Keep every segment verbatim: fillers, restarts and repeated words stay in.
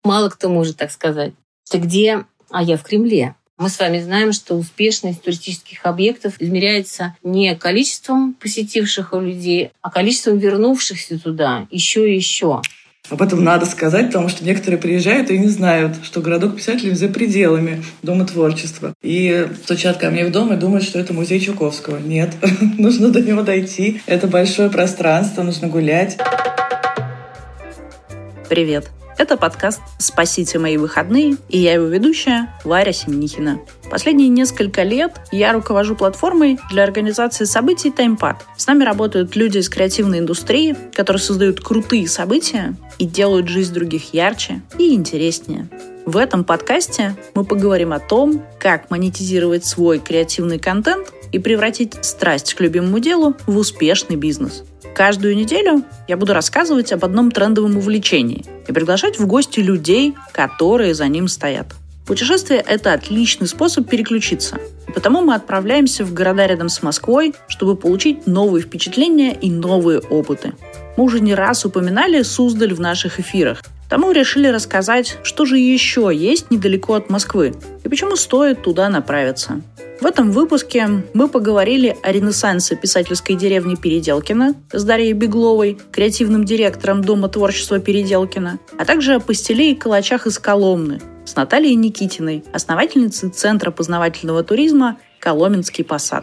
мало кто может так сказать. Ты где? А я в Кремле. Мы с вами знаем, что успешность туристических объектов измеряется не количеством посетивших людей, а количеством вернувшихся туда еще и еще. Об этом надо сказать, потому что некоторые приезжают и не знают, что городок писателей за пределами Дома творчества. И стучат ко мне в дом и думают, что это музей Чуковского. Нет, нужно до него дойти. Это большое пространство, нужно гулять. Привет. Это подкаст «Спасите мои выходные», и я его ведущая Варя Семенихина. Последние несколько лет я руковожу платформой для организации событий «Таймпад». С нами работают люди из креативной индустрии, которые создают крутые события и делают жизнь других ярче и интереснее. В этом подкасте мы поговорим о том, как монетизировать свой креативный контент и превратить страсть к любимому делу в успешный бизнес. Каждую неделю я буду рассказывать об одном трендовом увлечении и приглашать в гости людей, которые за ним стоят. Путешествие – это отличный способ переключиться, и потому мы отправляемся в города рядом с Москвой, чтобы получить новые впечатления и новые опыты. Мы уже не раз упоминали Суздаль в наших эфирах, потому решили рассказать, что же еще есть недалеко от Москвы и почему стоит туда направиться. В этом выпуске мы поговорили о ренессансе писательской деревни Переделкино с Дарьей Бегловой, креативным директором Дома творчества Переделкино, а также о пастиле и калачах из Коломны с Натальей Никитиной, основательницей Центра познавательного туризма «Коломенский посад».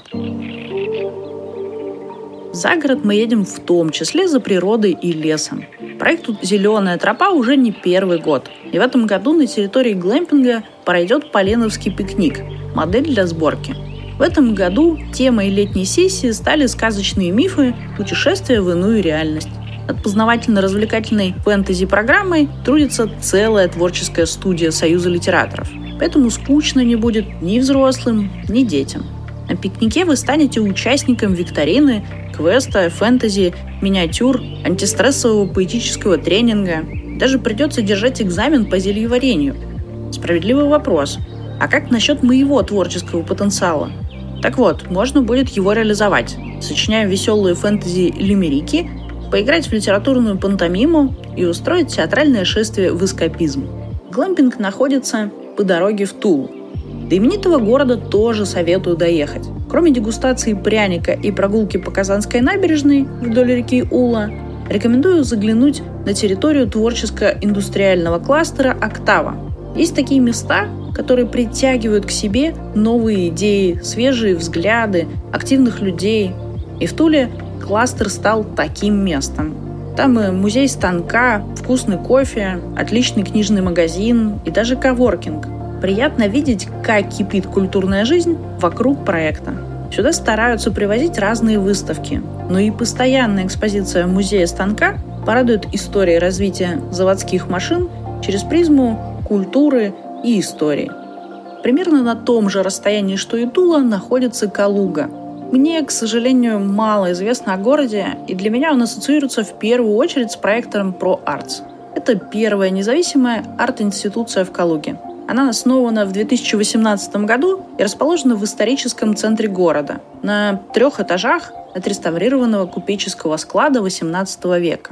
За город мы едем в том числе за природой и лесом. Проекту «Зеленая тропа» уже не первый год. И в этом году на территории глэмпинга пройдет поленовский пикник – модель для сборки. В этом году темой летней сессии стали сказочные мифы, путешествия в иную реальность. Над познавательно-развлекательной фэнтези-программой трудится целая творческая студия Союза литераторов. Поэтому скучно не будет ни взрослым, ни детям. На пикнике вы станете участником викторины, квеста, фэнтези, миниатюр, антистрессового поэтического тренинга. Даже придется держать экзамен по зельеварению. Справедливый вопрос. А как насчет моего творческого потенциала? Так вот, можно будет его реализовать, сочиняя веселые фэнтези-лимерики, поиграть в литературную пантомиму и устроить театральное шествие в эскапизм. Глэмпинг находится по дороге в Тулу. До именитого города тоже советую доехать. Кроме дегустации пряника и прогулки по Казанской набережной вдоль реки Ула, рекомендую заглянуть на территорию творческо-индустриального кластера «Октава». Есть такие места, которые притягивают к себе новые идеи, свежие взгляды, активных людей. И в Туле кластер стал таким местом. Там и музей станка, вкусный кофе, отличный книжный магазин и даже коворкинг. Приятно видеть, как кипит культурная жизнь вокруг проекта. Сюда стараются привозить разные выставки, но и постоянная экспозиция музея станка порадует историей развития заводских машин через призму культуры и истории. Примерно на том же расстоянии, что и Тула, находится Калуга. Мне, к сожалению, мало известно о городе, и для меня он ассоциируется в первую очередь с проектом ProArts. Это первая независимая арт-институция в Калуге. Она основана в две тысячи восемнадцатом году и расположена в историческом центре города, на трех этажах отреставрированного купеческого склада восемнадцатого века.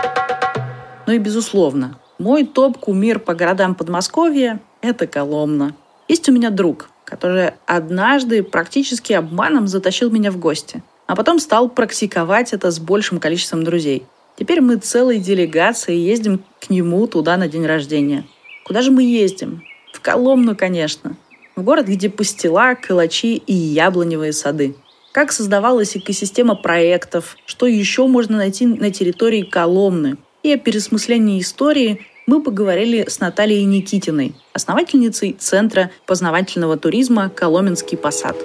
Ну и безусловно, мой топ-кумир по городам Подмосковья – это Коломна. Есть у меня друг, который однажды практически обманом затащил меня в гости, а потом стал практиковать это с большим количеством друзей. Теперь мы целой делегацией ездим к нему туда на день рождения. Куда же мы ездим? В Коломну, конечно. В город, где пастила, калачи и яблоневые сады. Как создавалась экосистема проектов, что еще можно найти на территории Коломны. И о переосмыслении истории мы поговорили с Натальей Никитиной, основательницей Центра познавательного туризма «Коломенский посад».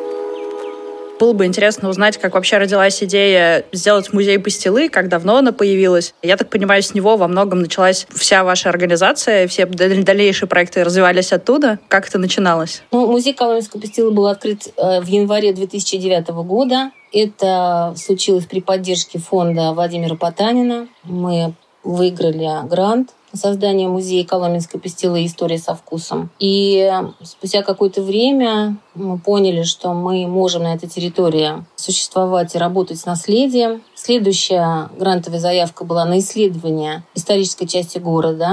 Было бы интересно узнать, как вообще родилась идея сделать музей пастилы, как давно она появилась. Я так понимаю, с него во многом началась вся ваша организация, все дальнейшие проекты развивались оттуда. Как это начиналось? Ну, музей Коломенской пастилы был открыт в январе две тысячи девятого года. Это случилось при поддержке фонда Владимира Потанина. Мы выиграли грант на создание музея Коломенской пастилы «История со вкусом». И спустя какое-то время мы поняли, что мы можем на этой территории существовать и работать с наследием. Следующая грантовая заявка была на исследование исторической части города.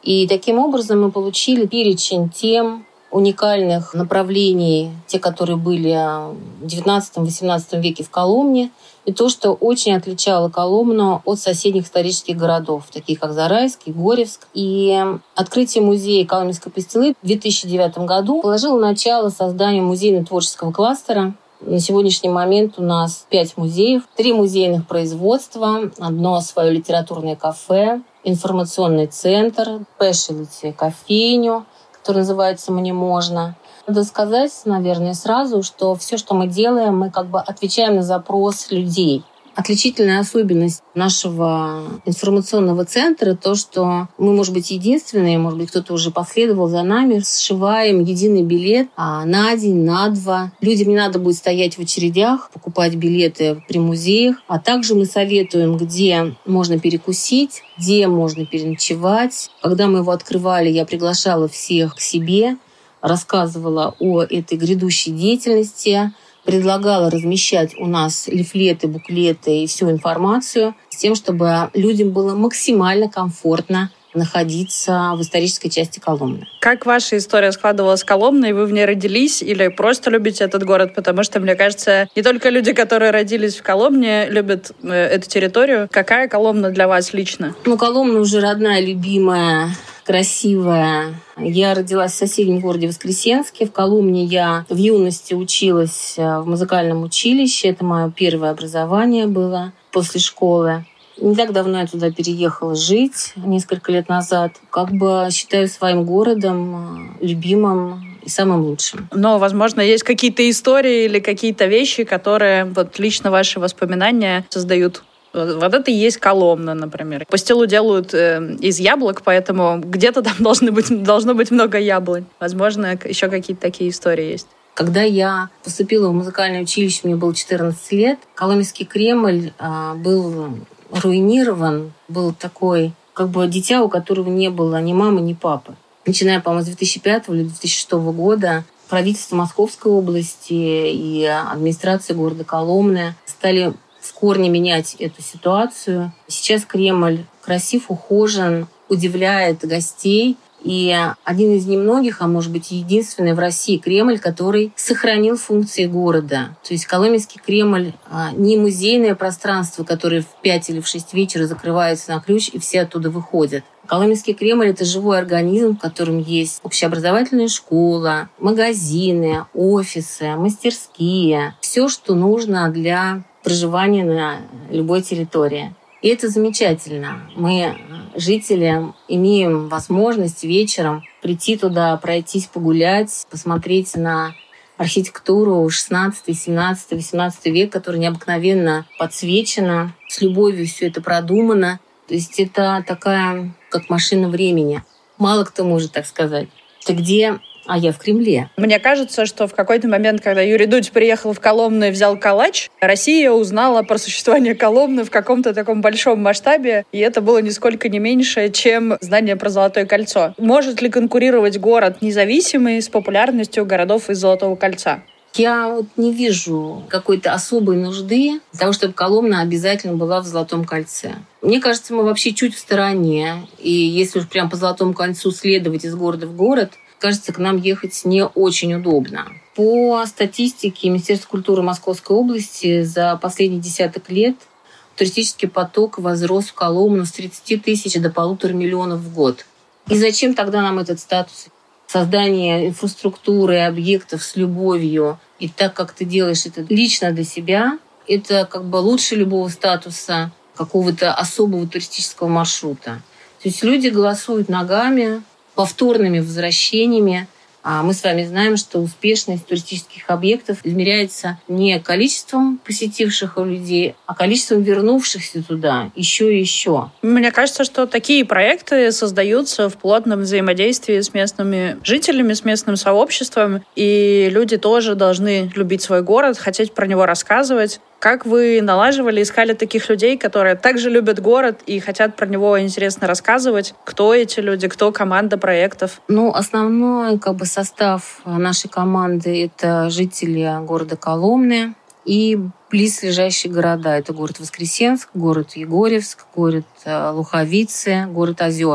И таким образом мы получили перечень тем, уникальных направлений, те, которые были в девятнадцатом-восемнадцатом веке в Коломне, и то, что очень отличало Коломну от соседних исторических городов, таких как Зарайск, Егорьевск. И открытие музея Коломенской пастилы в две тысячи девятом году положило начало созданию музейно-творческого кластера. На сегодняшний момент у нас пять музеев, три музейных производства, одно свое литературное кафе, информационный центр, пэшелити кофейню, который называется «Мне можно». Надо сказать, наверное, сразу, что все, что мы делаем, мы как бы отвечаем на запрос людей. Отличительная особенность нашего информационного центра то, что мы, может быть, единственные, может быть, кто-то уже последовал за нами, сшиваем единый билет на день, на два. Людям не надо будет стоять в очередях, покупать билеты при музеях, а также мы советуем, где можно перекусить, где можно переночевать. Когда мы его открывали, я приглашала всех к себе, рассказывала о этой грядущей деятельности, предлагала размещать у нас лифлеты, буклеты и всю информацию с тем, чтобы людям было максимально комфортно находиться в исторической части Коломны. Как ваша история складывалась с Коломной? Вы в ней родились или просто любите этот город? Потому что, мне кажется, не только люди, которые родились в Коломне, любят э, эту территорию. Какая Коломна для вас лично? Ну, Коломна уже родная, любимая, красивая. Я родилась в соседнем городе Воскресенске. В Коломне я в юности училась в музыкальном училище. Это мое первое образование было после школы. Не так давно я туда переехала жить, несколько лет назад. Как бы считаю своим городом любимым и самым лучшим. Но, возможно, есть какие-то истории или какие-то вещи, которые вот лично ваши воспоминания создают. Вот это и есть Коломна, например. Пастилу делают э, из яблок, поэтому где-то там должны быть, должно быть много яблонь. Возможно, еще какие-то такие истории есть. Когда я поступила в музыкальное училище, мне было четырнадцать лет, Коломенский Кремль э, был руинирован, был такой, как бы дитя, у которого не было ни мамы, ни папы. Начиная, по-моему, с две тысячи пятого или две тысячи шестого года правительство Московской области и администрация города Коломны стали в корне менять эту ситуацию. Сейчас Кремль красив, ухожен, удивляет гостей. И один из немногих, а может быть единственный в России Кремль, который сохранил функции города. То есть Коломенский Кремль не музейное пространство, которое в пять или в шесть вечера закрывается на ключ и все оттуда выходят. Коломенский Кремль — это живой организм, в котором есть общеобразовательная школа, магазины, офисы, мастерские. Все, что нужно для проживания на любой территории. И это замечательно. Мы, жители, имеем возможность вечером прийти туда, пройтись, погулять, посмотреть на архитектуру шестнадцатый, семнадцатый, восемнадцатый век, которая необыкновенно подсвечена, с любовью все это продумано. То есть это такая, как машина времени. Мало кто может так сказать. Ты где? А я в Кремле. Мне кажется, что в какой-то момент, когда Юрий Дудь приехал в Коломну и взял калач, Россия узнала про существование Коломны в каком-то таком большом масштабе, и это было нисколько не меньше, чем знание про Золотое кольцо. Может ли конкурировать город независимый с популярностью городов из Золотого кольца? Я вот не вижу какой-то особой нужды для того, чтобы Коломна обязательно была в Золотом кольце. Мне кажется, мы вообще чуть в стороне. И если уж прям по Золотому кольцу следовать из города в город, кажется, к нам ехать не очень удобно. По статистике Министерства культуры Московской области за последние десяток лет туристический поток возрос в Коломну с тридцати тысяч до полутора миллионов в год. И зачем тогда нам этот статус? Создание инфраструктуры и объектов с любовью, и так, как ты делаешь это лично для себя, это как бы лучше любого статуса какого-то особого туристического маршрута. То есть люди голосуют ногами, повторными возвращениями. А мы с вами знаем, что успешность туристических объектов измеряется не количеством посетивших людей, а количеством вернувшихся туда еще и еще. Мне кажется, что такие проекты создаются в плотном взаимодействии с местными жителями, с местным сообществом, и люди тоже должны любить свой город, хотеть про него рассказывать. Как вы налаживали, искали таких людей, которые также любят город и хотят про него интересно рассказывать? Кто эти люди, кто команда проектов? Ну, основной как бы состав нашей команды — это жители города Коломны и близлежащие города. Это город Воскресенск, город Егорьевск, город Луховицы, город Озеры.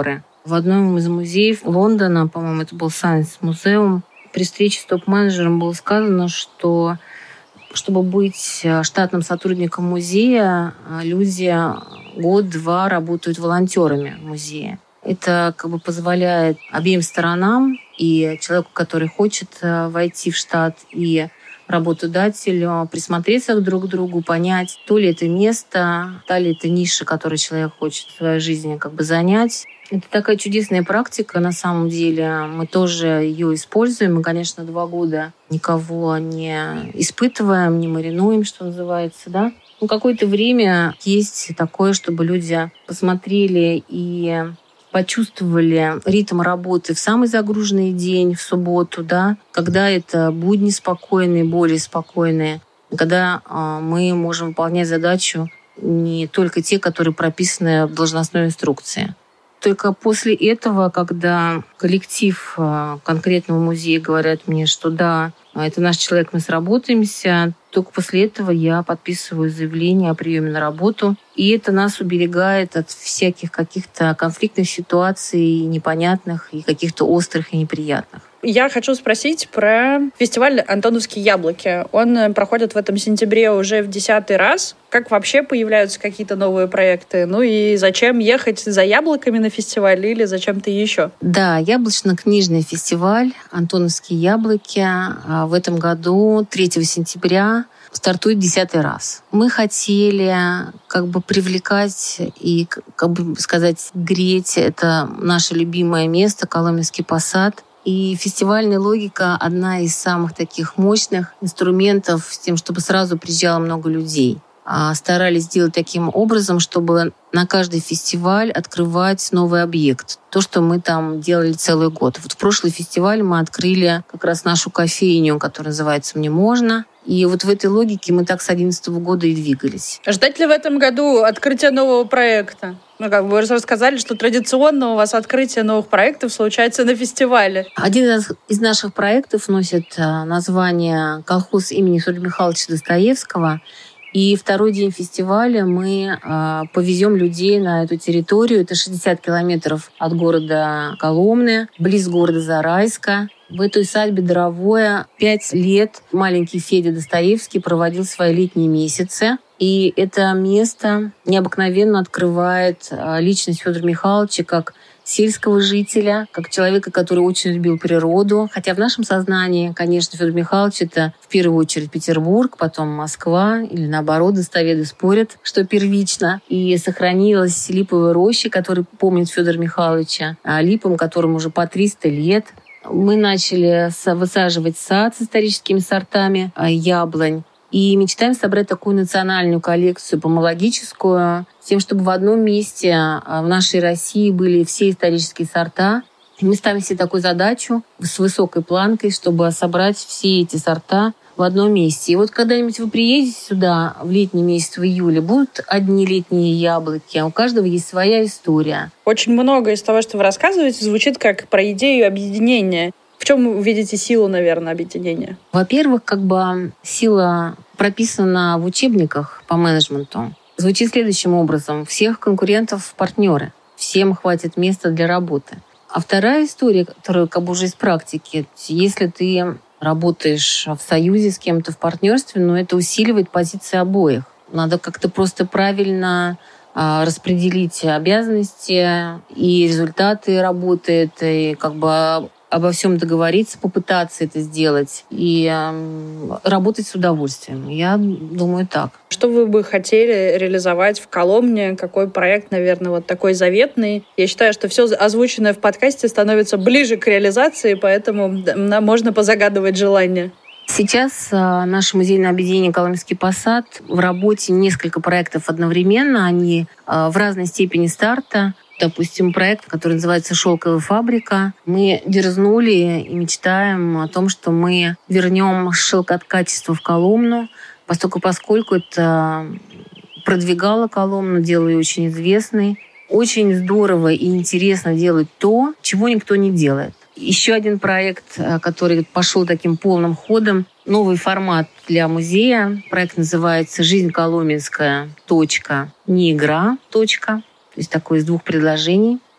в одном из музеев Лондона, по-моему, это был Science Museum, при встрече с топ-менеджером было сказано, что чтобы быть штатным сотрудником музея, люди год-два работают волонтерами в музее. Это как бы позволяет обеим сторонам, и человеку, который хочет войти в штат, и работодателю присмотреться друг к другу, понять, то ли это место, та ли это ниша, которую человек хочет в своей жизни как бы занять. Это такая чудесная практика, на самом деле. Мы тоже ее используем. Мы, конечно, два года никого не испытываем, не маринуем, что называется, да. Но какое-то время есть такое, чтобы люди посмотрели и почувствовали ритм работы в самый загруженный день, в субботу, да, когда это будни спокойные, более спокойные, когда э, мы можем выполнять задачу не только те, которые прописаны в должностной инструкции. Только после этого, когда коллектив э, конкретного музея говорят мне, что да, это наш человек, мы сработаемся, только после этого я подписываю заявление о приеме на работу. И это нас уберегает от всяких каких-то конфликтных ситуаций, непонятных и каких-то острых и неприятных. Я хочу спросить про фестиваль «Антоновские яблоки». Он проходит в этом сентябре уже в десятый раз. Как вообще появляются какие-то новые проекты? Ну и зачем ехать за яблоками на фестиваль или за чем-то еще? Да, яблочно-книжный фестиваль «Антоновские яблоки» в этом году третьего сентября стартует десятый раз. Мы хотели как бы привлекать и, как бы сказать, греть. Это наше любимое место, Коломенский посад. И фестивальная логика — одна из самых таких мощных инструментов с тем, чтобы сразу приезжало много людей. Старались сделать таким образом, чтобы на каждый фестиваль открывать новый объект. То, что мы там делали целый год. Вот в прошлый фестиваль мы открыли как раз нашу кофейню, которая называется «Мне можно». И вот в этой логике мы так с две тысячи одиннадцатого года и двигались. Ждать ли в этом году открытия нового проекта? Ну, как вы рассказали, что традиционно у вас открытие новых проектов случается на фестивале. Один из наших проектов носит название «Колхоз имени Федора Михайловича Достоевского». И второй день фестиваля мы э, повезем людей на эту территорию. Это шестьдесят километров от города Коломны, близ города Зарайска. В этой усадьбе Даровое пять лет маленький Федя Достоевский проводил свои летние месяцы. И это место необыкновенно открывает личность Федора Михайловича как сельского жителя, как человека, который очень любил природу. Хотя в нашем сознании, конечно, Федор Михайлович — это в первую очередь Петербург, потом Москва, или наоборот, достоведы спорят, что первично. И сохранилась липовая роща, которая помнит Федора Михайловича, а липам, которым уже по триста лет. Мы начали высаживать сад с историческими сортами яблонь. И мечтаем собрать такую национальную коллекцию помологическую, с тем, чтобы в одном месте в нашей России были все исторические сорта. И мы ставим себе такую задачу с высокой планкой, чтобы собрать все эти сорта в одном месте. И вот когда-нибудь вы приедете сюда в летний месяц, в июле, будут одни летние яблоки, а у каждого есть своя история. Очень много из того, что вы рассказываете, звучит как про идею объединения. В чем вы видите силу, наверное, объединения? Во-первых, как бы сила прописана в учебниках по менеджменту. Звучит следующим образом. Всех конкурентов в партнеры. Всем хватит места для работы. А вторая история, которая как бы уже из практики. Если ты работаешь в союзе с кем-то, в партнерстве, но это усиливает позиции обоих. Надо как-то просто правильно распределить обязанности и результаты работы, и как бы обо всем договориться, попытаться это сделать и э, работать с удовольствием. Я думаю, так. Что вы бы хотели реализовать в Коломне? Какой проект, наверное, вот такой заветный? Я считаю, что все озвученное в подкасте становится ближе к реализации, поэтому можно позагадывать желание. Сейчас э, наше музейное объединение «Коломенский посад» в работе несколько проектов одновременно. Они э, в разной степени старта. Допустим, проект, который называется «Шелковая фабрика». Мы дерзнули и мечтаем о том, что мы вернем шелкоткачество в Коломну, поскольку, поскольку это продвигало Коломну, делало ее очень известной. Очень здорово и интересно делать то, чего никто не делает. Еще один проект, который пошел таким полным ходом, новый формат для музея. Проект называется «Жизнь коломенская. Точка. Не игра. Точка». То есть такое из двух предложений.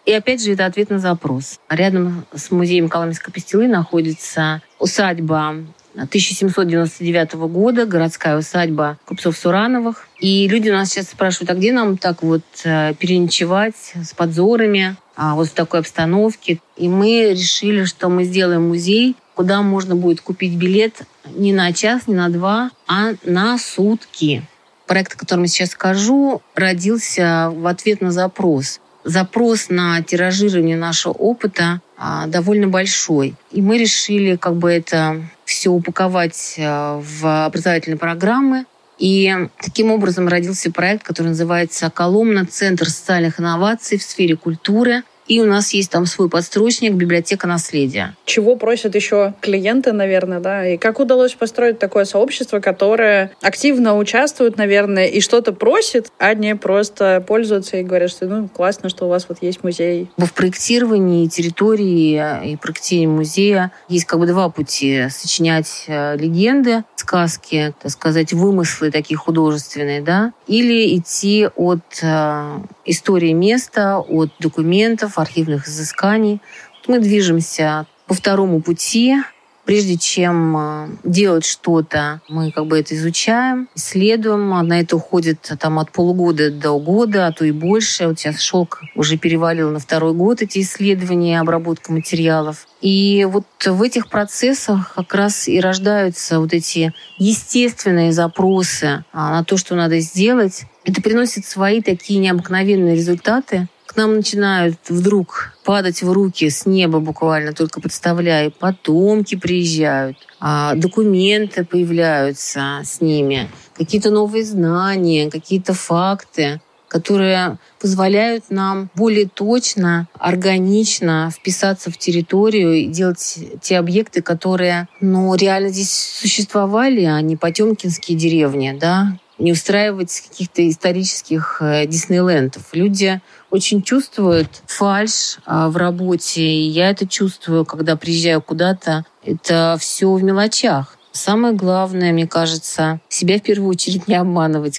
И опять же, это ответ на запрос. Рядом с музеем Коломенской пастилы находится усадьба тысяча семьсот девяносто девятого года, городская усадьба купцов-Сурановых. И люди у нас сейчас спрашивают, а где нам так вот переночевать с подзорами, а вот в такой обстановке? И мы решили, что мы сделаем музей, куда можно будет купить билет не на час, не на два, а на сутки. Проект, о котором я сейчас скажу, родился в ответ на запрос. Запрос на тиражирование нашего опыта а, довольно большой. И мы решили как бы это все упаковать а, в образовательные программы. И таким образом родился проект, который называется «Коломна. Центр социальных инноваций в сфере культуры». И у нас есть там свой подстрочник «Библиотека наследия». Чего просят еще клиенты, наверное, да? И как удалось построить такое сообщество, которое активно участвует, наверное, и что-то просит, а не просто пользуются и говорят, что ну классно, что у вас вот есть музей. В проектировании территории и проектировании музея есть как бы два пути. Сочинять легенды, сказки, так сказать, вымыслы такие художественные, да? Или идти от э, истории места, от документов, архивных изысканий. Мы движемся по второму пути. Прежде чем делать что-то, мы как бы это изучаем, исследуем. На это уходит там, от полугода до года, а то и больше. Вот сейчас «Шелк» уже перевалил на второй год эти исследования, обработка материалов. И вот в этих процессах как раз и рождаются вот эти естественные запросы на то, что надо сделать. Это приносит свои такие необыкновенные результаты. К нам начинают вдруг падать в руки с неба буквально, только подставляя. Потомки приезжают, документы появляются с ними, какие-то новые знания, какие-то факты, которые позволяют нам более точно, органично вписаться в территорию и делать те объекты, которые ну, реально здесь существовали, а не потемкинские деревни, да? Не устраивать каких-то исторических Диснейлендов. Люди очень чувствуют фальшь в работе, и я это чувствую, когда приезжаю куда-то. Это все в мелочах. Самое главное, мне кажется, себя в первую очередь не обманывать.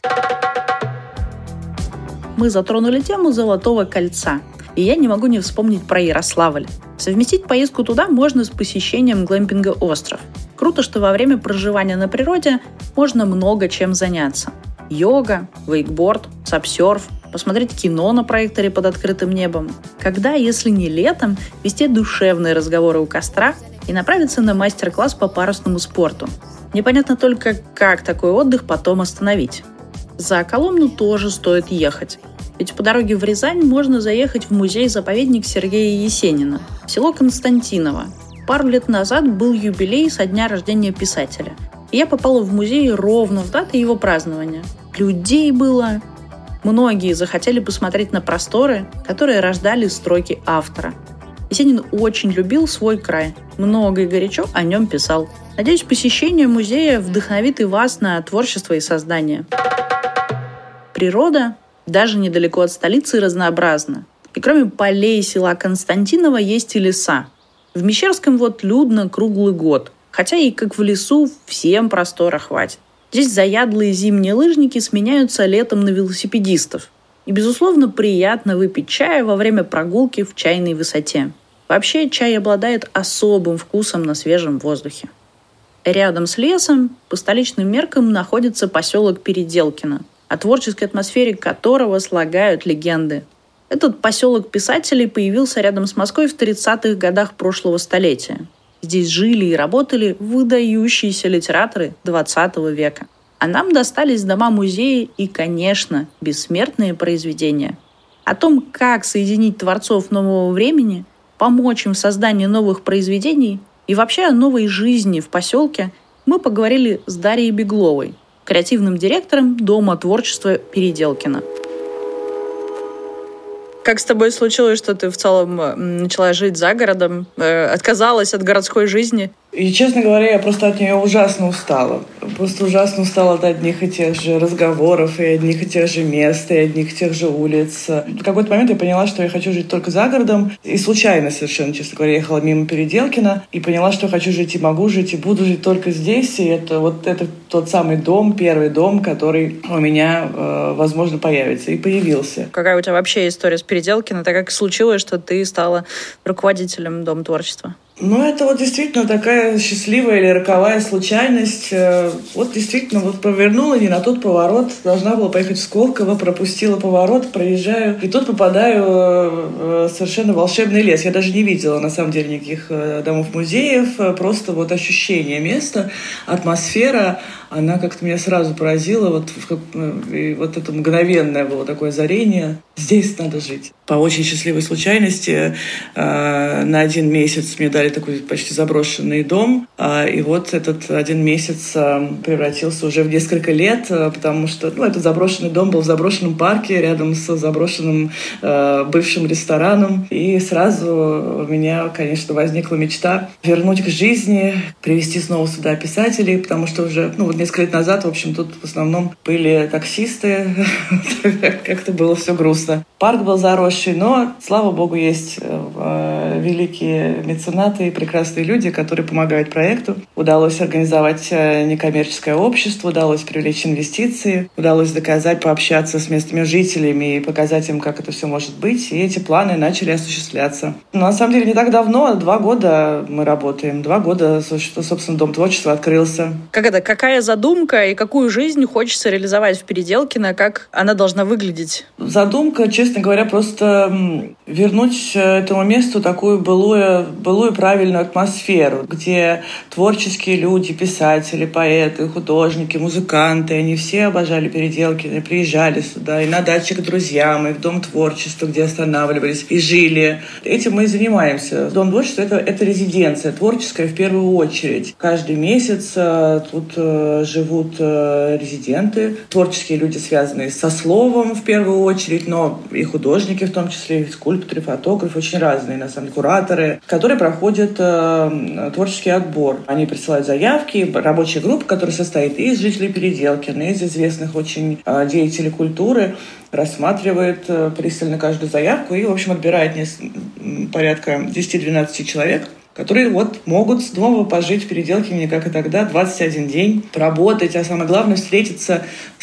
Мы затронули тему Золотого кольца, и я не могу не вспомнить про Ярославль. Совместить поездку туда можно с посещением глэмпинга «Остров». Круто, что во время проживания на природе можно много чем заняться. Йога, вейкборд, сапсерф, посмотреть кино на проекторе под открытым небом. Когда, если не летом, вести душевные разговоры у костра и направиться на мастер-класс по парусному спорту. Непонятно только, как такой отдых потом остановить. За Коломну тоже стоит ехать. Ведь по дороге в Рязань можно заехать в музей-заповедник Сергея Есенина, село Константиново. Пару лет назад был юбилей со дня рождения писателя. И я попала в музей ровно в дату его празднования. Людей было... Многие захотели посмотреть на просторы, которые рождали строки автора. Есенин очень любил свой край, много и горячо о нем писал. Надеюсь, посещение музея вдохновит и вас на творчество и создание. Природа даже недалеко от столицы разнообразна. И кроме полей села Константиново есть и леса. В Мещерском вот людно круглый год, хотя и как в лесу всем простора хватит. Здесь заядлые зимние лыжники сменяются летом на велосипедистов. И, безусловно, приятно выпить чая во время прогулки в чайной высоте. Вообще, чай обладает особым вкусом на свежем воздухе. Рядом с лесом, по столичным меркам, находится поселок Переделкино, о творческой атмосфере которого слагают легенды. Этот поселок писателей появился рядом с Москвой в тридцатых годах прошлого столетия. Здесь жили и работали выдающиеся литераторы двадцатого века. А нам достались дома-музеи и, конечно, бессмертные произведения. О том, как соединить творцов нового времени, помочь им в создании новых произведений и вообще о новой жизни в поселке, мы поговорили с Дарьей Бегловой, креативным директором Дома творчества Переделкино. Как с тобой случилось, что ты в целом начала жить за городом, э, отказалась от городской жизни? И, честно говоря, я просто от нее ужасно устала. Просто ужасно устала от одних и тех же разговоров, и одних и тех же мест, и одних и тех же улиц. В какой-то момент я поняла, что я хочу жить только за городом. И случайно совершенно, честно говоря, ехала мимо Переделкина и поняла, что хочу жить и могу жить, и буду жить только здесь. И это вот это тот самый дом, первый дом, который у меня, э, возможно, появится. И появился. Какая у тебя вообще история с Переделкино? Так как случилось, что ты стала руководителем Дома творчества? Ну, это вот действительно такая счастливая или роковая случайность. Вот действительно, вот повернула не на тот поворот. Должна была поехать в Сколково, пропустила поворот, проезжаю. И тут попадаю в совершенно волшебный лес. Я даже не видела, на самом деле, никаких домов-музеев. Просто вот ощущение места, атмосфера, она как-то меня сразу поразила. Вот, и вот это мгновенное было такое озарение. Здесь надо жить. По очень счастливой случайности на один месяц мне дали такой почти заброшенный дом. И вот этот один месяц превратился уже в несколько лет, потому что ну, этот заброшенный дом был в заброшенном парке рядом с заброшенным бывшим рестораном. И сразу у меня, конечно, возникла мечта вернуть к жизни, привести снова сюда писателей, потому что уже ну, вот несколько лет назад, в общем, тут в основном были таксисты. Как-то было все грустно. Парк был заросший, но, слава богу, есть великие меценаты и прекрасные люди, которые помогают проекту. Удалось организовать некоммерческое общество, удалось привлечь инвестиции, удалось доказать, пообщаться с местными жителями и показать им, как это все может быть. И эти планы начали осуществляться. Но на самом деле не так давно, два года мы работаем. Два года, собственно, Дом творчества открылся. Как это? Какая задумка и какую жизнь хочется реализовать в Переделкино? Как она должна выглядеть? Задумка, честно говоря, просто вернуть этому месту такую былую, былую правильную атмосферу, где творческие люди, писатели, поэты, художники, музыканты, они все обожали Переделкино, приезжали сюда и на даче к друзьям, и в Дом творчества, где останавливались и жили. Этим мы и занимаемся. Дом творчества — это, это резиденция творческая в первую очередь. Каждый месяц тут живут резиденты, творческие люди, связанные со словом в первую очередь, но и художники в том числе, и скульпторы, фотографы, очень разные, на самом деле, кураторы, которые проходят э, творческий отбор. Они присылают заявки, рабочая группа, которая состоит из жителей Переделкина, из известных очень э, деятелей культуры, рассматривает э, пристально каждую заявку и, в общем, отбирает не, порядка десять-двенадцать человек, которые вот могут снова пожить в Переделкине, как и тогда, двадцать один день, поработать, а самое главное, встретиться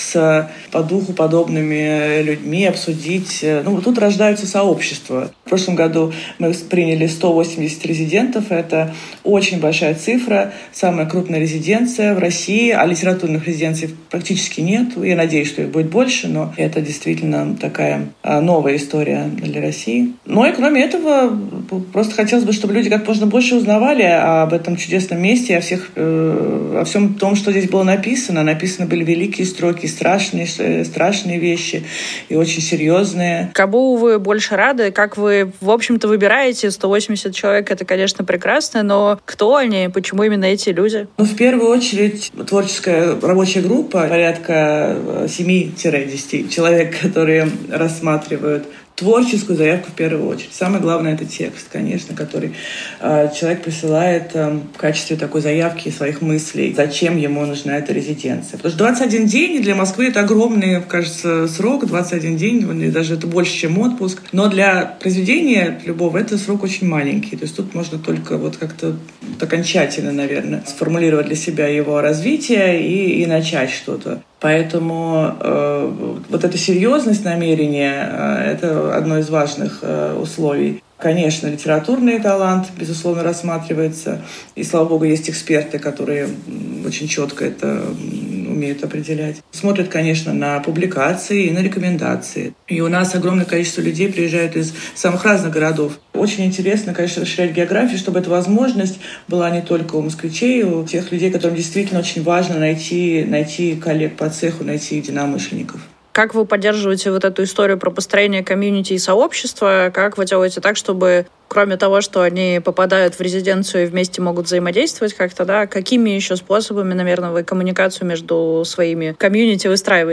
с по духу подобными людьми, обсудить. Ну, тут рождаются сообщества. В прошлом году мы приняли сто восемьдесят резидентов. Это очень большая цифра, самая крупная резиденция в России, а литературных резиденций практически нет. Я надеюсь, что их будет больше, но это действительно такая новая история для России. Ну и кроме этого, просто хотелось бы, чтобы люди как можно больше узнавали об этом чудесном месте, о, всех, э, о всем том, что здесь было написано. Написаны были великие строки, страшные, страшные вещи и очень серьезные. Кому вы больше рады? Как вы, в общем-то, выбираете? сто восемьдесят человек — это, конечно, прекрасно, но кто они? Почему именно эти люди? Ну, в первую очередь, творческая рабочая группа, порядка семь-десять человек, которые рассматривают творческую заявку в первую очередь. Самое главное — это текст, конечно, который э, человек присылает э, в качестве такой заявки своих мыслей, зачем ему нужна эта резиденция. Потому что двадцать один день для Москвы — это огромный, кажется, срок, двадцать один день, даже это больше, чем отпуск. Но для произведения любого это срок очень маленький. То есть тут можно только вот как-то окончательно, наверное, сформулировать для себя его развитие и, и начать что-то. Поэтому э, вот эта серьезность намерения э, — это одно из важных э, условий. Конечно, литературный талант, безусловно, рассматривается. И, слава богу, есть эксперты, которые очень четко это умеют определять. Смотрят, конечно, на публикации и на рекомендации. И у нас огромное количество людей приезжают из самых разных городов. Очень интересно, конечно, расширять географию, чтобы эта возможность была не только у москвичей, у тех людей, которым действительно очень важно найти, найти коллег по цеху, найти единомышленников. Как вы поддерживаете вот эту историю про построение комьюнити и сообщества? Как вы делаете так, чтобы, кроме того, что они попадают в резиденцию и вместе могут взаимодействовать как-то, да, какими еще способами, наверное, вы коммуникацию между своими комьюнити выстраиваете?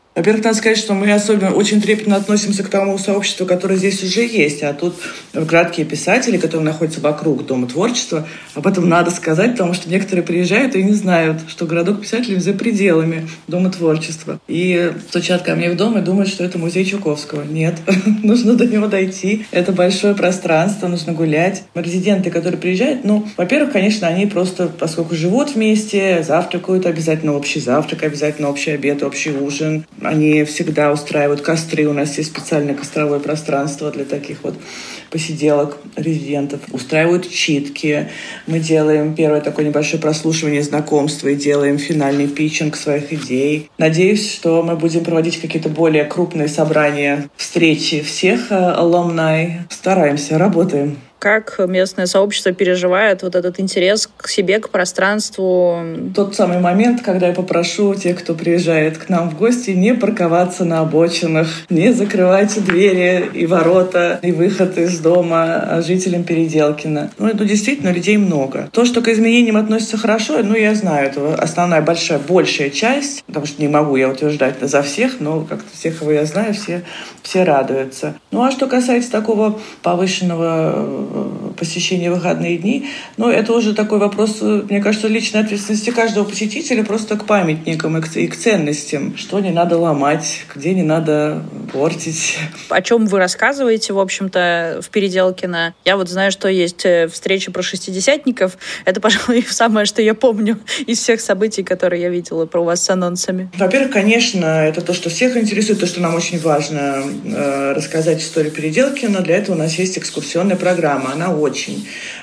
Во-первых, надо сказать, что мы особенно очень трепетно относимся к тому сообществу, которое здесь уже есть. А тут краткие писатели, которые находятся вокруг Дома творчества. Об этом надо сказать, потому что некоторые приезжают и не знают, что городок писателей за пределами Дома творчества. И стучат ко мне в дом и думают, что это музей Чуковского. Нет, нужно до него дойти. Это большое пространство, нужно гулять. Резиденты, которые приезжают, ну, во-первых, конечно, они просто, поскольку живут вместе, завтракают, обязательно общий завтрак, обязательно общий обед, общий ужин. Они всегда устраивают костры. У нас есть специальное костровое пространство для таких вот посиделок резидентов. Устраивают читки. Мы делаем первое такое небольшое прослушивание знакомства и делаем финальный питчинг своих идей. Надеюсь, что мы будем проводить какие-то более крупные собрания, встречи всех алумни. Стараемся, работаем. Как местное сообщество переживает вот этот интерес к себе, к пространству? Тот самый момент, когда я попрошу тех, кто приезжает к нам в гости, не парковаться на обочинах, не закрывать двери и ворота, и выход из дома жителям Переделкина. Ну, это действительно людей много. То, что к изменениям относится хорошо, ну, я знаю, это основная большая, большая часть, потому что не могу я утверждать за всех, но как-то всех, кого я знаю, все, все радуются. Ну, а что касается такого повышенного посещения в выходные дни. Но это уже такой вопрос, мне кажется, личной ответственности каждого посетителя просто к памятникам и к, и к ценностям. Что не надо ломать, где не надо портить. О чем вы рассказываете, в общем-то, в Переделкино? Я вот знаю, что есть встреча про шестидесятников. Это, пожалуй, самое, что я помню из всех событий, которые я видела про вас с анонсами. Во-первых, конечно, это то, что всех интересует, то, что нам очень важно э, рассказать историю Переделкина. Для этого у нас есть экскурсионная программа. Она очень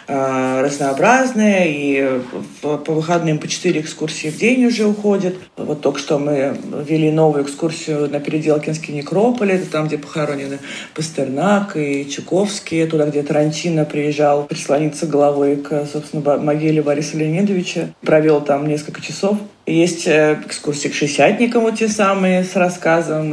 э, разнообразная, и по, по выходным по четыре экскурсии в день уже уходит. Вот только что мы вели новую экскурсию на Переделкинский некрополь, это там, где похоронены Пастернак и Чуковский, туда, где Тарантино приезжал прислониться головой к, собственно, могиле Бориса Леонидовича. Провел там несколько часов. Есть экскурсии к шестидесятникам, вот те самые, с рассказом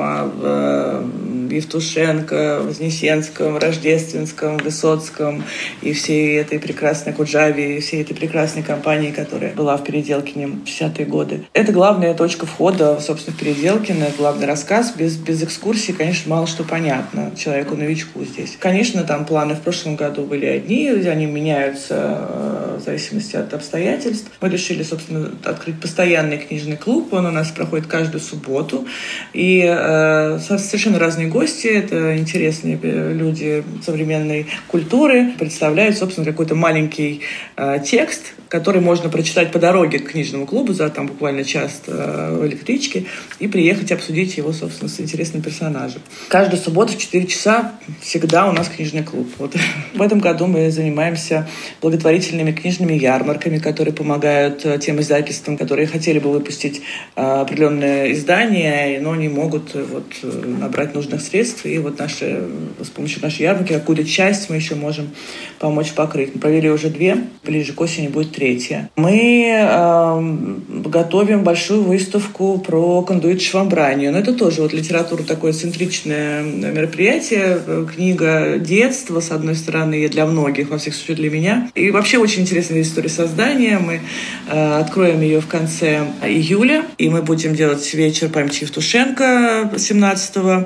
о Евтушенко, Вознесенском, Рождественском, Высоцком и всей этой прекрасной Куджаве, и всей этой прекрасной компании, которая была в Переделкине в шестидесятые годы. Это главная точка входа, собственно, в Переделкино, главный рассказ. Без, без экскурсии, конечно, мало что понятно человеку-новичку здесь. Конечно, там планы в прошлом году были одни, они меняются в зависимости от обстоятельств. Мы решили, собственно, открыть постоянный книжный клуб. Он у нас проходит каждую субботу. И э, совершенно разные гости. Это интересные люди современной культуры. Представляют, собственно, какой-то маленький э, текст, который можно прочитать по дороге к книжному клубу за там буквально час э, в электричке и приехать обсудить его, собственно, с интересным персонажем. Каждую субботу в четыре часа всегда у нас книжный клуб. Вот. В этом году мы занимаемся благотворительными книжными ярмарками, которые помогают тем издательствам, которые хотели бы выпустить э, определенное издание, но не могут вот, набрать нужных средств. И вот наши, с помощью нашей ярмарки какую-то часть мы еще можем помочь покрыть. Мы провели уже две, ближе к осени будет третья. Мы э, готовим большую выставку про кондуит швамбранию. Но это тоже вот литература, такое центричное мероприятие, книга детства, с одной стороны, и для многих, во всех случаях для меня. И вообще очень интересная история создания. Мы э, откроем ее в конце июля, и мы будем делать вечер памяти Евтушенко семнадцатого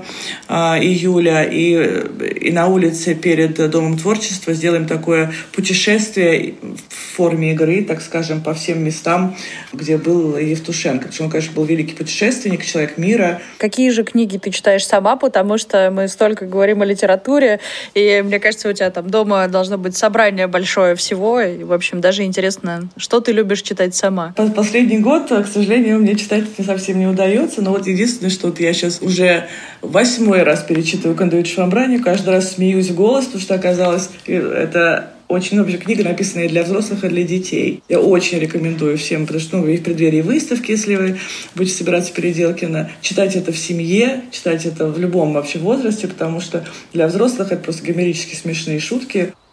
июля, и, и на улице перед Домом творчества сделаем такое путешествие в форме игры, так скажем, по всем местам, где был Евтушенко. Потому что он, конечно, был великий путешественник, человек мира. Какие же книги ты читаешь сама? Потому что мы столько говорим о литературе, и мне кажется, у тебя там дома должно быть собрание большое всего. И, в общем, даже интересно, что ты любишь читать сама? Последний год, к сожалению, мне читать не совсем не удается, но вот единственное, что вот я сейчас уже восьмой раз перечитываю «Кондуит швамбранию», каждый раз смеюсь в голос, потому что оказалось, это очень много книга, написанная для взрослых и для детей. Я очень рекомендую всем, потому что ну, и в преддверии выставки, если вы будете собираться в Переделкино, читать это в семье, читать это в любом вообще возрасте, потому что для взрослых это просто гомерически смешные шутки.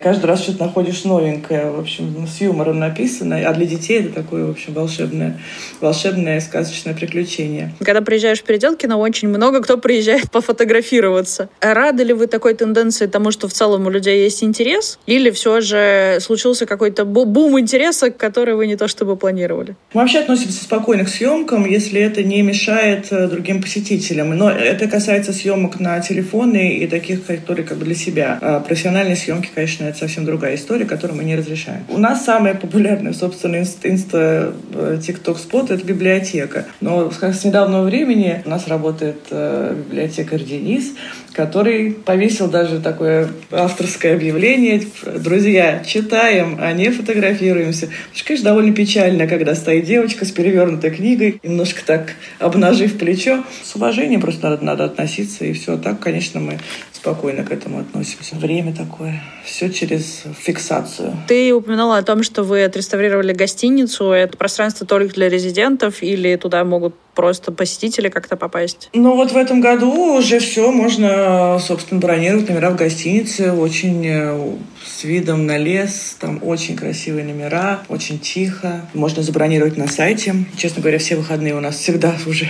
Каждый раз что-то находишь новенькое, в общем, с юмором написано. А для детей это такое, в общем, волшебное, волшебное сказочное приключение. Когда приезжаешь в Переделкино, очень много кто приезжает пофотографироваться. Рады ли вы такой тенденции тому, что в целом у людей есть интерес? Или все же случился какой-то бум интереса, который вы не то чтобы планировали? Мы вообще относимся спокойно к съемкам, если это не мешает другим посетителям. Но это касается съемок на телефоны и таких, которые как бы для себя. А профессиональные съемки, конечно, это совсем другая история, которую мы не разрешаем. У нас самая популярная, собственно, инста-тикток-спот — это библиотека. Но с недавнего времени у нас работает библиотекарь Денис, который повесил даже такое авторское объявление: друзья, читаем, а не фотографируемся. Потому что, конечно, довольно печально, когда стоит девочка с перевернутой книгой, немножко так обнажив плечо. С уважением просто надо, надо относиться, и все. Так, конечно, мы спокойно к этому относимся. Время такое. Все через фиксацию. Ты упоминала о том, что вы отреставрировали гостиницу. Это пространство только для резидентов или туда могут просто посетители как-то попасть? Ну вот в этом году уже все, можно, собственно, бронировать номера в гостинице. Очень с видом на лес. Там очень красивые номера, очень тихо. Можно забронировать на сайте. Честно говоря, все выходные у нас всегда уже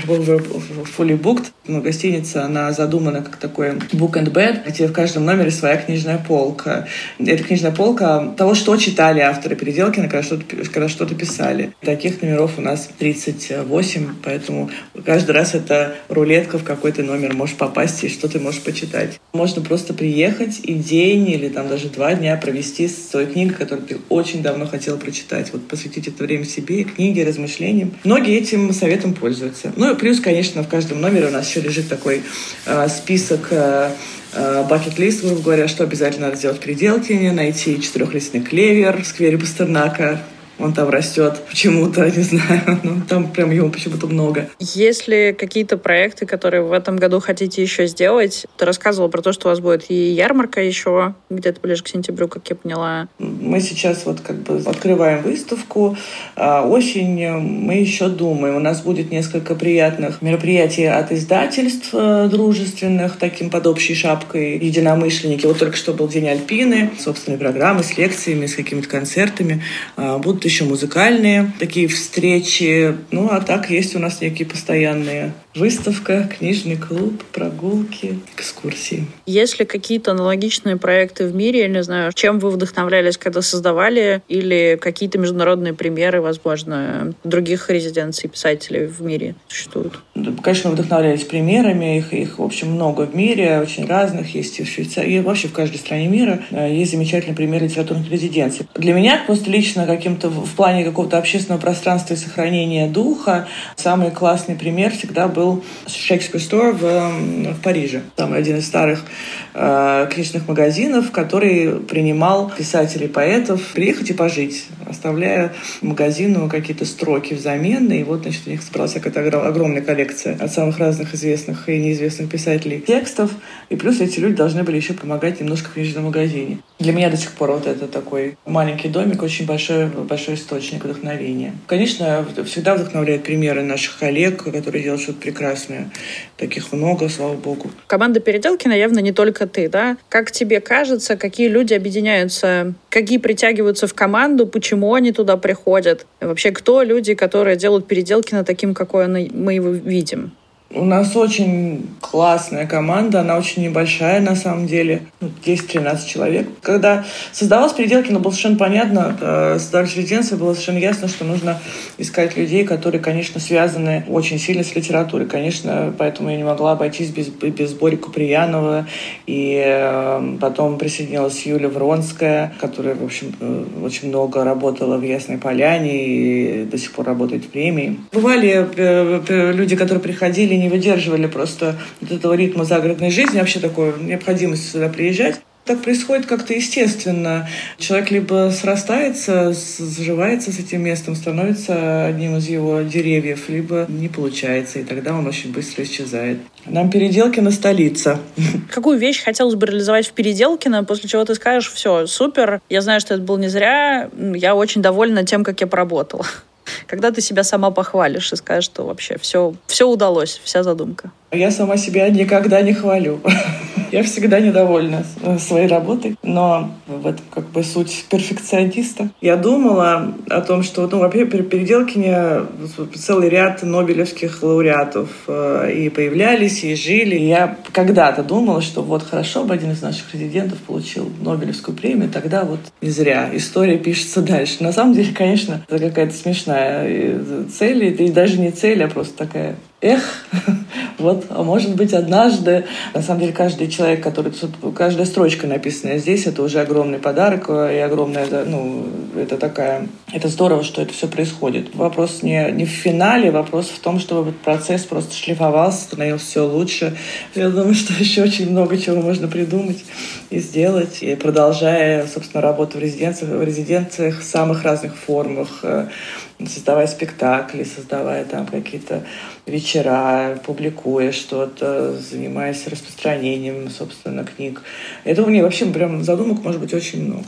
fully booked. Но гостиница, она задумана как такой book and bed, где в каждом номере своя книжная полка. Это книжная полка того, что читали авторы Переделкина, когда что-то, когда что-то писали. Таких номеров у нас тридцать восемь, поэтому каждый раз это рулетка, в какой-то номер можешь попасть и что ты можешь почитать. Можно просто приехать и день или там даже два дня провести с той книгой, которую ты очень давно хотела прочитать. Вот посвятить это время себе, книге, размышлениям. Многие этим советом пользуются. Ну и плюс, конечно, в каждом номере у нас еще лежит такой э, список э, бакет-лист, грубо говоря, что обязательно надо сделать в Переделкине: найти четырехлистный клевер в сквере Пастернака. Он там растет почему-то, не знаю, но там прям его почему-то много. Есть ли какие-то проекты, которые в этом году хотите еще сделать? Ты рассказывала про то, что у вас будет и ярмарка еще где-то ближе к сентябрю, как я поняла. Мы сейчас вот как бы открываем выставку. Осенью мы еще думаем. У нас будет несколько приятных мероприятий от издательств дружественных, таким под общей шапкой единомышленники. Вот только что был День Альпины, собственные программы с лекциями, с какими-то концертами. Будут еще музыкальные такие встречи. Ну, а так есть у нас некие постоянные: выставка, книжный клуб, прогулки, экскурсии. Есть ли какие-то аналогичные проекты в мире? Я не знаю, чем вы вдохновлялись, когда создавали? Или какие-то международные примеры, возможно, других резиденций писателей в мире существуют? Конечно, вдохновлялись примерами. Их, их, в общем, много в мире, очень разных. Есть и в Швейцарии, и вообще в каждой стране мира есть замечательные примеры литературных резиденций. Для меня просто лично каким-то в плане какого-то общественного пространства и сохранения духа самый классный пример всегда был Shakespeare Store в, в Париже. Там один из старых э, книжных магазинов, который принимал писателей, поэтов приехать и пожить, оставляя магазину какие-то строки взамен. И вот, значит, у них собралась какая-то огромная коллекция от самых разных известных и неизвестных писателей текстов. И плюс эти люди должны были еще помогать немножко в книжном магазине. Для меня до сих пор вот это такой маленький домик, очень большой, большой источник вдохновения. Конечно, всегда вдохновляют примеры наших коллег, которые делают что-то прекрасное. Таких много, слава богу. Команда Переделкина явно не только ты, да? Как тебе кажется, какие люди объединяются, какие притягиваются в команду, почему они туда приходят? И вообще, кто люди, которые делают Переделкино таким, какой мы его видим? У нас очень классная команда, она очень небольшая на самом деле, десять-тринадцать человек. Когда создавалась Переделкино, было совершенно понятно, создавалась резиденция, было совершенно ясно, что нужно искать людей, которые, конечно, связаны очень сильно с литературой. Конечно, поэтому я не могла обойтись без, без Бори Куприянова. И потом присоединилась Юля Вронская, которая, в общем, очень много работала в Ясной Поляне и до сих пор работает в премии. Бывали люди, которые приходили, не выдерживали просто вот этого ритма загородной жизни, вообще такой необходимости сюда приезжать. Так происходит как-то естественно. Человек либо срастается, сживается с этим местом, становится одним из его деревьев, либо не получается, и тогда он очень быстро исчезает. Нам Переделкино столица. Какую вещь хотелось бы реализовать в Переделкино, после чего ты скажешь: все, супер, я знаю, что это было не зря, я очень довольна тем, как я поработала? Когда ты себя сама похвалишь и скажешь, что вообще все, все удалось, вся задумка? Я сама себя никогда не хвалю. Я всегда недовольна своей работой, но в этом как бы суть перфекциониста. Я думала о том, что, ну, во-первых, при Переделкине целый ряд нобелевских лауреатов и появлялись, и жили. Я когда-то думала, что вот хорошо бы один из наших резидентов получил Нобелевскую премию, тогда вот не зря история пишется дальше. На самом деле, конечно, это какая-то смешная цель, и даже не цель, а просто такая... Эх, вот, а может быть, однажды, на самом деле, каждый человек, который, каждая строчка, написанная здесь, это уже огромный подарок, и огромная, ну, это такая, это здорово, что это все происходит. Вопрос не, не в финале, вопрос в том, чтобы этот процесс просто шлифовался, становился все лучше. Я думаю, что еще очень много чего можно придумать и сделать, и продолжая, собственно, работу в резиденциях, в резиденциях в самых разных формах, создавая спектакли, создавая там какие-то вечера, публикуя что-то, занимаясь распространением, собственно, книг. Это у меня вообще прям задумок может быть очень много.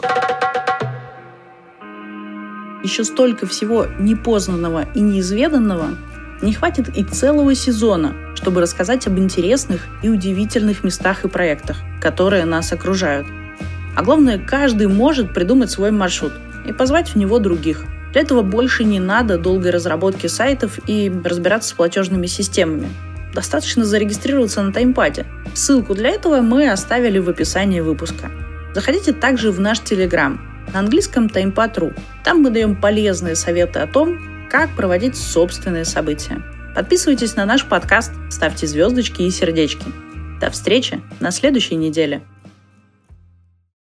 Еще столько всего непознанного и неизведанного, не хватит и целого сезона, чтобы рассказать об интересных и удивительных местах и проектах, которые нас окружают. А главное, каждый может придумать свой маршрут и позвать в него других. Для этого больше не надо долгой разработки сайтов и разбираться с платежными системами. Достаточно зарегистрироваться на Таймпаде. Ссылку для этого мы оставили в описании выпуска. Заходите также в наш Телеграм, на английском таймпад точка ру. Там мы даем полезные советы о том, как проводить собственные события. Подписывайтесь на наш подкаст, ставьте звездочки и сердечки. До встречи на следующей неделе.